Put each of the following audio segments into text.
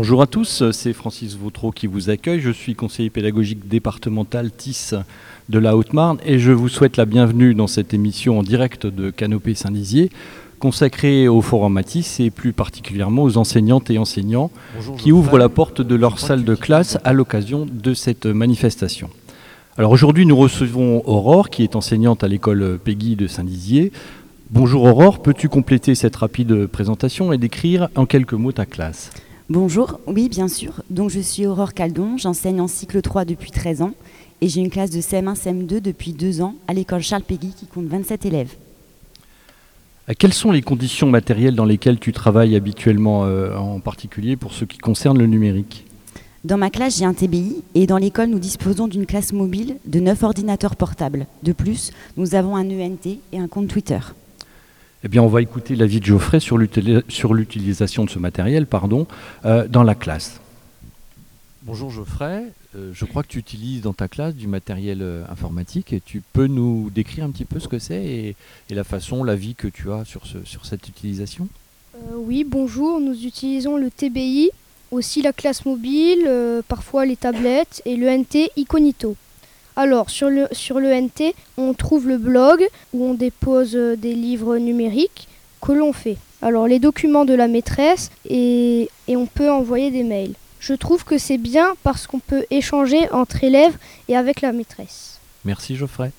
Bonjour à tous, c'est Francis Vautreau qui vous accueille. Je suis conseiller pédagogique départemental TIS de la Haute-Marne et je vous souhaite la bienvenue dans cette émission en direct de Canopée Saint-Dizier consacrée au Forum Matisse et plus particulièrement aux enseignantes et enseignants qui ouvrent la porte de leur salle de classe à l'occasion de cette manifestation. Alors aujourd'hui, nous recevons Aurore qui est enseignante à l'école Péguy de Saint-Dizier. Bonjour Aurore, peux-tu compléter cette rapide présentation et décrire en quelques mots ta classe ? Bonjour, oui bien sûr. Donc je suis Aurore Caldon, j'enseigne en cycle 3 depuis 13 ans et j'ai une classe de CM1, CM2 depuis 2 ans à l'école Charles Péguy qui compte 27 élèves. Quelles sont les conditions matérielles dans lesquelles tu travailles habituellement, en particulier pour ce qui concerne le numérique ? Dans ma classe, j'ai un TBI et dans l'école, nous disposons d'une classe mobile de 9 ordinateurs portables. De plus, nous avons un ENT et un compte Twitter. Eh bien, on va écouter l'avis de Geoffrey sur l'utilisation de ce matériel dans la classe. Bonjour Geoffrey, je crois que tu utilises dans ta classe du matériel informatique et tu peux nous décrire un petit peu ce que c'est et l'avis que tu as sur cette utilisation ? Oui, bonjour, nous utilisons le TBI, aussi la classe mobile, parfois les tablettes et le NT Iconito. Alors, sur le NT, on trouve le blog où on dépose des livres numériques que l'on fait. Alors, les documents de la maîtresse et on peut envoyer des mails. Je trouve que c'est bien parce qu'on peut échanger entre élèves et avec la maîtresse. Merci Geoffrey.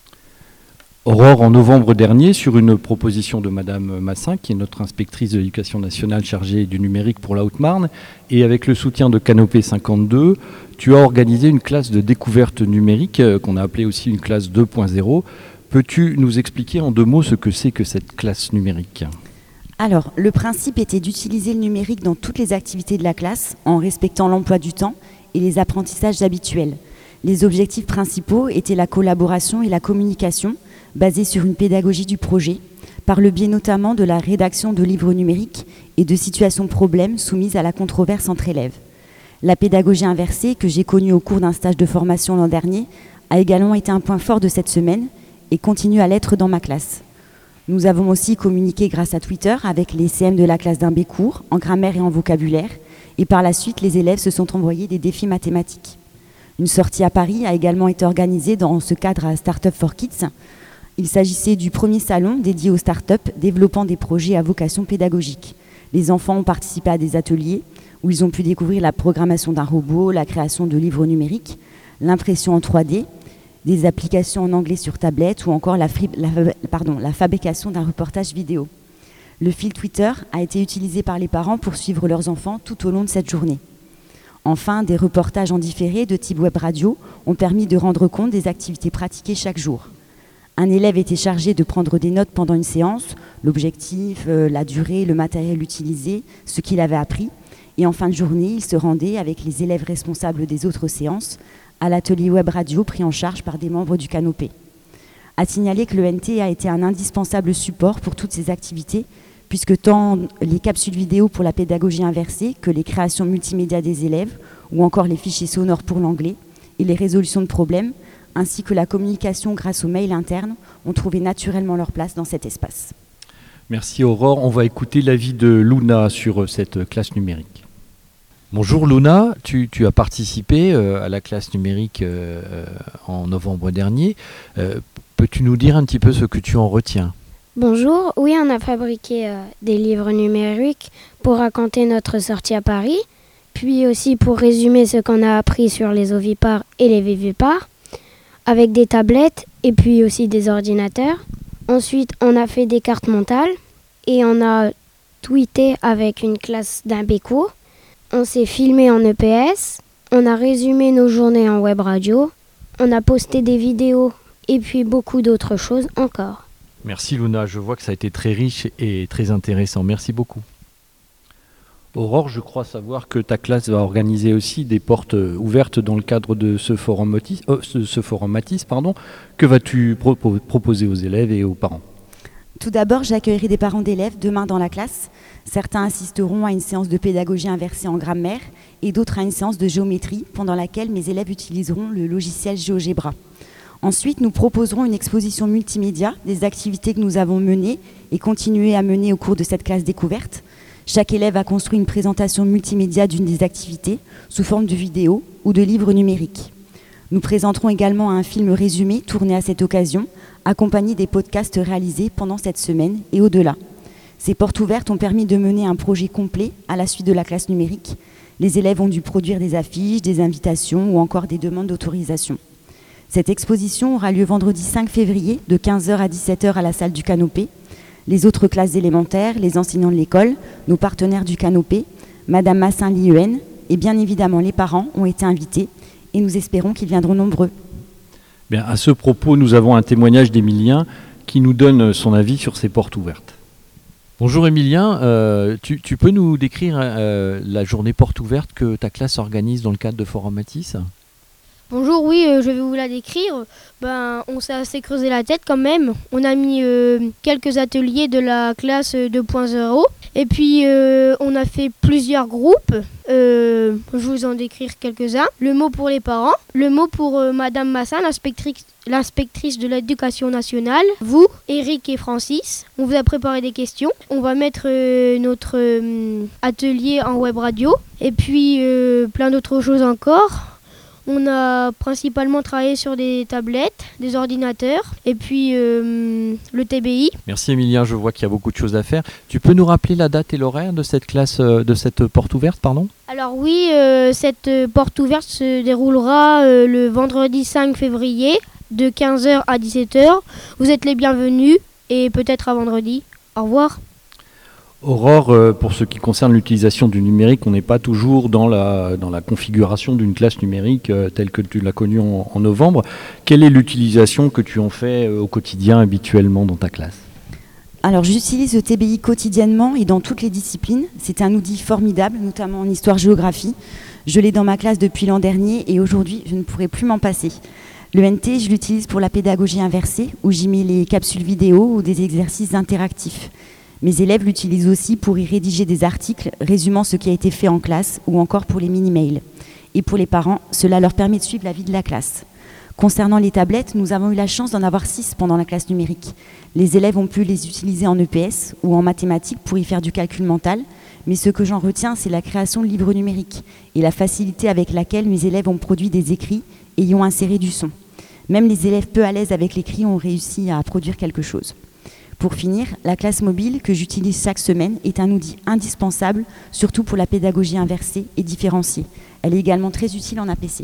Aurore, en novembre dernier, sur une proposition de Madame Massin, qui est notre inspectrice de l'éducation nationale chargée du numérique pour la Haute-Marne, et avec le soutien de Canopée 52, tu as organisé une classe de découverte numérique, qu'on a appelée aussi une classe 2.0. Peux-tu nous expliquer en 2 mots ce que c'est que cette classe numérique ? Alors, le principe était d'utiliser le numérique dans toutes les activités de la classe en respectant l'emploi du temps et les apprentissages habituels. Les objectifs principaux étaient la collaboration et la communication, basée sur une pédagogie du projet, par le biais notamment de la rédaction de livres numériques et de situations problèmes soumises à la controverse entre élèves. La pédagogie inversée, que j'ai connue au cours d'un stage de formation l'an dernier, a également été un point fort de cette semaine et continue à l'être dans ma classe. Nous avons aussi communiqué grâce à Twitter avec les CM de la classe d'Imbécourt, en grammaire et en vocabulaire, et par la suite, les élèves se sont envoyés des défis mathématiques. Une sortie à Paris a également été organisée dans ce cadre à Startup for Kids. Il s'agissait du premier salon dédié aux startups développant des projets à vocation pédagogique. Les enfants ont participé à des ateliers où ils ont pu découvrir la programmation d'un robot, la création de livres numériques, l'impression en 3D, des applications en anglais sur tablette ou encore la fabrication d'un reportage vidéo. Le fil Twitter a été utilisé par les parents pour suivre leurs enfants tout au long de cette journée. Enfin, des reportages en différé de type web radio ont permis de rendre compte des activités pratiquées chaque jour. Un élève était chargé de prendre des notes pendant une séance, l'objectif, la durée, le matériel utilisé, ce qu'il avait appris. Et en fin de journée, il se rendait avec les élèves responsables des autres séances à l'atelier web radio pris en charge par des membres du Canopée. À signaler que le NT a été un indispensable support pour toutes ces activités, puisque tant les capsules vidéo pour la pédagogie inversée que les créations multimédia des élèves, ou encore les fichiers sonores pour l'anglais, et les résolutions de problèmes, ainsi que la communication grâce aux mails internes, ont trouvé naturellement leur place dans cet espace. Merci Aurore. On va écouter l'avis de Luna sur cette classe numérique. Bonjour Luna, tu as participé à la classe numérique en novembre dernier. Peux-tu nous dire un petit peu ce que tu en retiens ? Bonjour, oui, on a fabriqué des livres numériques pour raconter notre sortie à Paris, puis aussi pour résumer ce qu'on a appris sur les ovipares et les vivipares, avec des tablettes et puis aussi des ordinateurs. Ensuite, on a fait des cartes mentales et on a tweeté avec une classe d'Imbécourt. On s'est filmé en EPS, on a résumé nos journées en web radio, on a posté des vidéos et puis beaucoup d'autres choses encore. Merci Luna, je vois que ça a été très riche et très intéressant. Merci beaucoup. Aurore, je crois savoir que ta classe va organiser aussi des portes ouvertes dans le cadre de ce forum Matisse. Que vas-tu proposer aux élèves et aux parents ? Tout d'abord, j'accueillerai des parents d'élèves demain dans la classe. Certains assisteront à une séance de pédagogie inversée en grammaire et d'autres à une séance de géométrie pendant laquelle mes élèves utiliseront le logiciel GeoGebra. Ensuite, nous proposerons une exposition multimédia des activités que nous avons menées et continuer à mener au cours de cette classe découverte. Chaque élève a construit une présentation multimédia d'une des activités sous forme de vidéo ou de livre numérique. Nous présenterons également un film résumé tourné à cette occasion, accompagné des podcasts réalisés pendant cette semaine et au-delà. Ces portes ouvertes ont permis de mener un projet complet à la suite de la classe numérique. Les élèves ont dû produire des affiches, des invitations ou encore des demandes d'autorisation. Cette exposition aura lieu vendredi 5 février de 15h à 17h à la salle du Canopé. Les autres classes élémentaires, les enseignants de l'école, nos partenaires du Canopé, Madame Massin l'IEN et bien évidemment les parents ont été invités et nous espérons qu'ils viendront nombreux. Bien, à ce propos, nous avons un témoignage d'Emilien qui nous donne son avis sur ces portes ouvertes. Bonjour Emilien, tu peux nous décrire la journée porte ouverte que ta classe organise dans le cadre de Forum Matisse ? Bonjour, oui, je vais vous la décrire. On s'est assez creusé la tête quand même. On a mis quelques ateliers de la classe 2.0 et puis on a fait plusieurs groupes. Je vais vous en décrire quelques-uns. Le mot pour les parents, le mot pour Madame Massin, l'inspectrice de l'éducation nationale, vous, Eric et Francis. On vous a préparé des questions. On va mettre notre atelier en web radio et puis plein d'autres choses encore. On a principalement travaillé sur des tablettes, des ordinateurs et puis le TBI. Merci Emilien, je vois qu'il y a beaucoup de choses à faire. Tu peux nous rappeler la date et l'horaire de cette classe, de cette porte ouverte, pardon ? Alors oui, cette porte ouverte se déroulera le vendredi 5 février de 15h à 17h. Vous êtes les bienvenus et peut-être à vendredi. Au revoir. Aurore, pour ce qui concerne l'utilisation du numérique, on n'est pas toujours dans la configuration d'une classe numérique telle que tu l'as connue en novembre. Quelle est l'utilisation que tu en fais au quotidien habituellement dans ta classe ? Alors j'utilise le TBI quotidiennement et dans toutes les disciplines. C'est un outil formidable, notamment en histoire-géographie. Je l'ai dans ma classe depuis l'an dernier et aujourd'hui je ne pourrais plus m'en passer. Le NT, je l'utilise pour la pédagogie inversée, où j'y mets les capsules vidéo ou des exercices interactifs. Mes élèves l'utilisent aussi pour y rédiger des articles résumant ce qui a été fait en classe ou encore pour les mini-mails. Et pour les parents, cela leur permet de suivre la vie de la classe. Concernant les tablettes, nous avons eu la chance d'en avoir 6 pendant la classe numérique. Les élèves ont pu les utiliser en EPS ou en mathématiques pour y faire du calcul mental, mais ce que j'en retiens, c'est la création de livres numériques et la facilité avec laquelle mes élèves ont produit des écrits et y ont inséré du son. Même les élèves peu à l'aise avec l'écrit ont réussi à produire quelque chose. Pour finir, la classe mobile que j'utilise chaque semaine est un outil indispensable, surtout pour la pédagogie inversée et différenciée. Elle est également très utile en APC.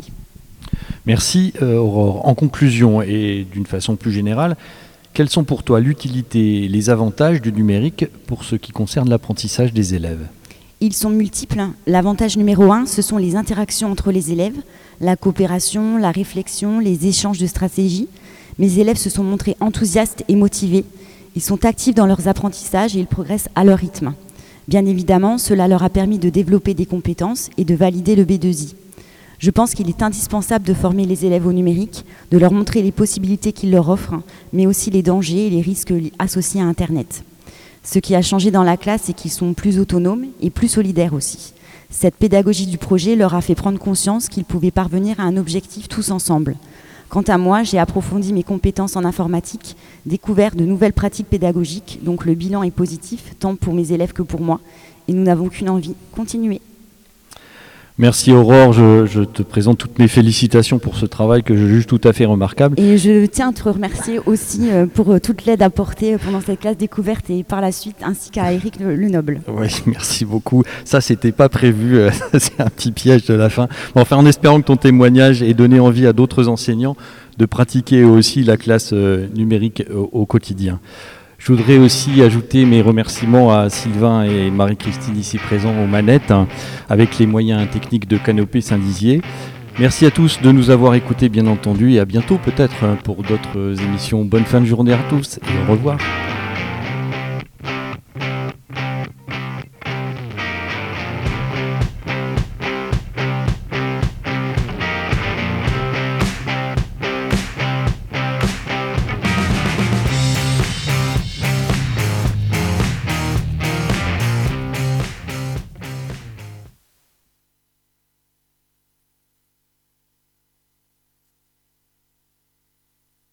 Merci Aurore. En conclusion et d'une façon plus générale, quels sont pour toi l'utilité et les avantages du numérique pour ce qui concerne l'apprentissage des élèves ? Ils sont multiples. L'avantage numéro 1, ce sont les interactions entre les élèves, la coopération, la réflexion, les échanges de stratégies. Mes élèves se sont montrés enthousiastes et motivés. Ils sont actifs dans leurs apprentissages et ils progressent à leur rythme. Bien évidemment, cela leur a permis de développer des compétences et de valider le B2I. Je pense qu'il est indispensable de former les élèves au numérique, de leur montrer les possibilités qu'il leur offre, mais aussi les dangers et les risques associés à Internet. Ce qui a changé dans la classe, c'est qu'ils sont plus autonomes et plus solidaires aussi. Cette pédagogie du projet leur a fait prendre conscience qu'ils pouvaient parvenir à un objectif tous ensemble. Quant à moi, j'ai approfondi mes compétences en informatique, découvert de nouvelles pratiques pédagogiques, donc le bilan est positif, tant pour mes élèves que pour moi, et nous n'avons qu'une envie, continuer. Merci Aurore, je te présente toutes mes félicitations pour ce travail que je juge tout à fait remarquable. Et je tiens à te remercier aussi pour toute l'aide apportée pendant cette classe découverte et par la suite, ainsi qu'à Eric Lenoble. Oui, merci beaucoup. Ça, c'était pas prévu, c'est un petit piège de la fin. Enfin, en espérant que ton témoignage ait donné envie à d'autres enseignants de pratiquer aussi la classe numérique au quotidien. Je voudrais aussi ajouter mes remerciements à Sylvain et Marie-Christine ici présents aux manettes, avec les moyens techniques de Canopé Saint-Dizier. Merci à tous de nous avoir écoutés bien entendu et à bientôt peut-être pour d'autres émissions. Bonne fin de journée à tous et au revoir.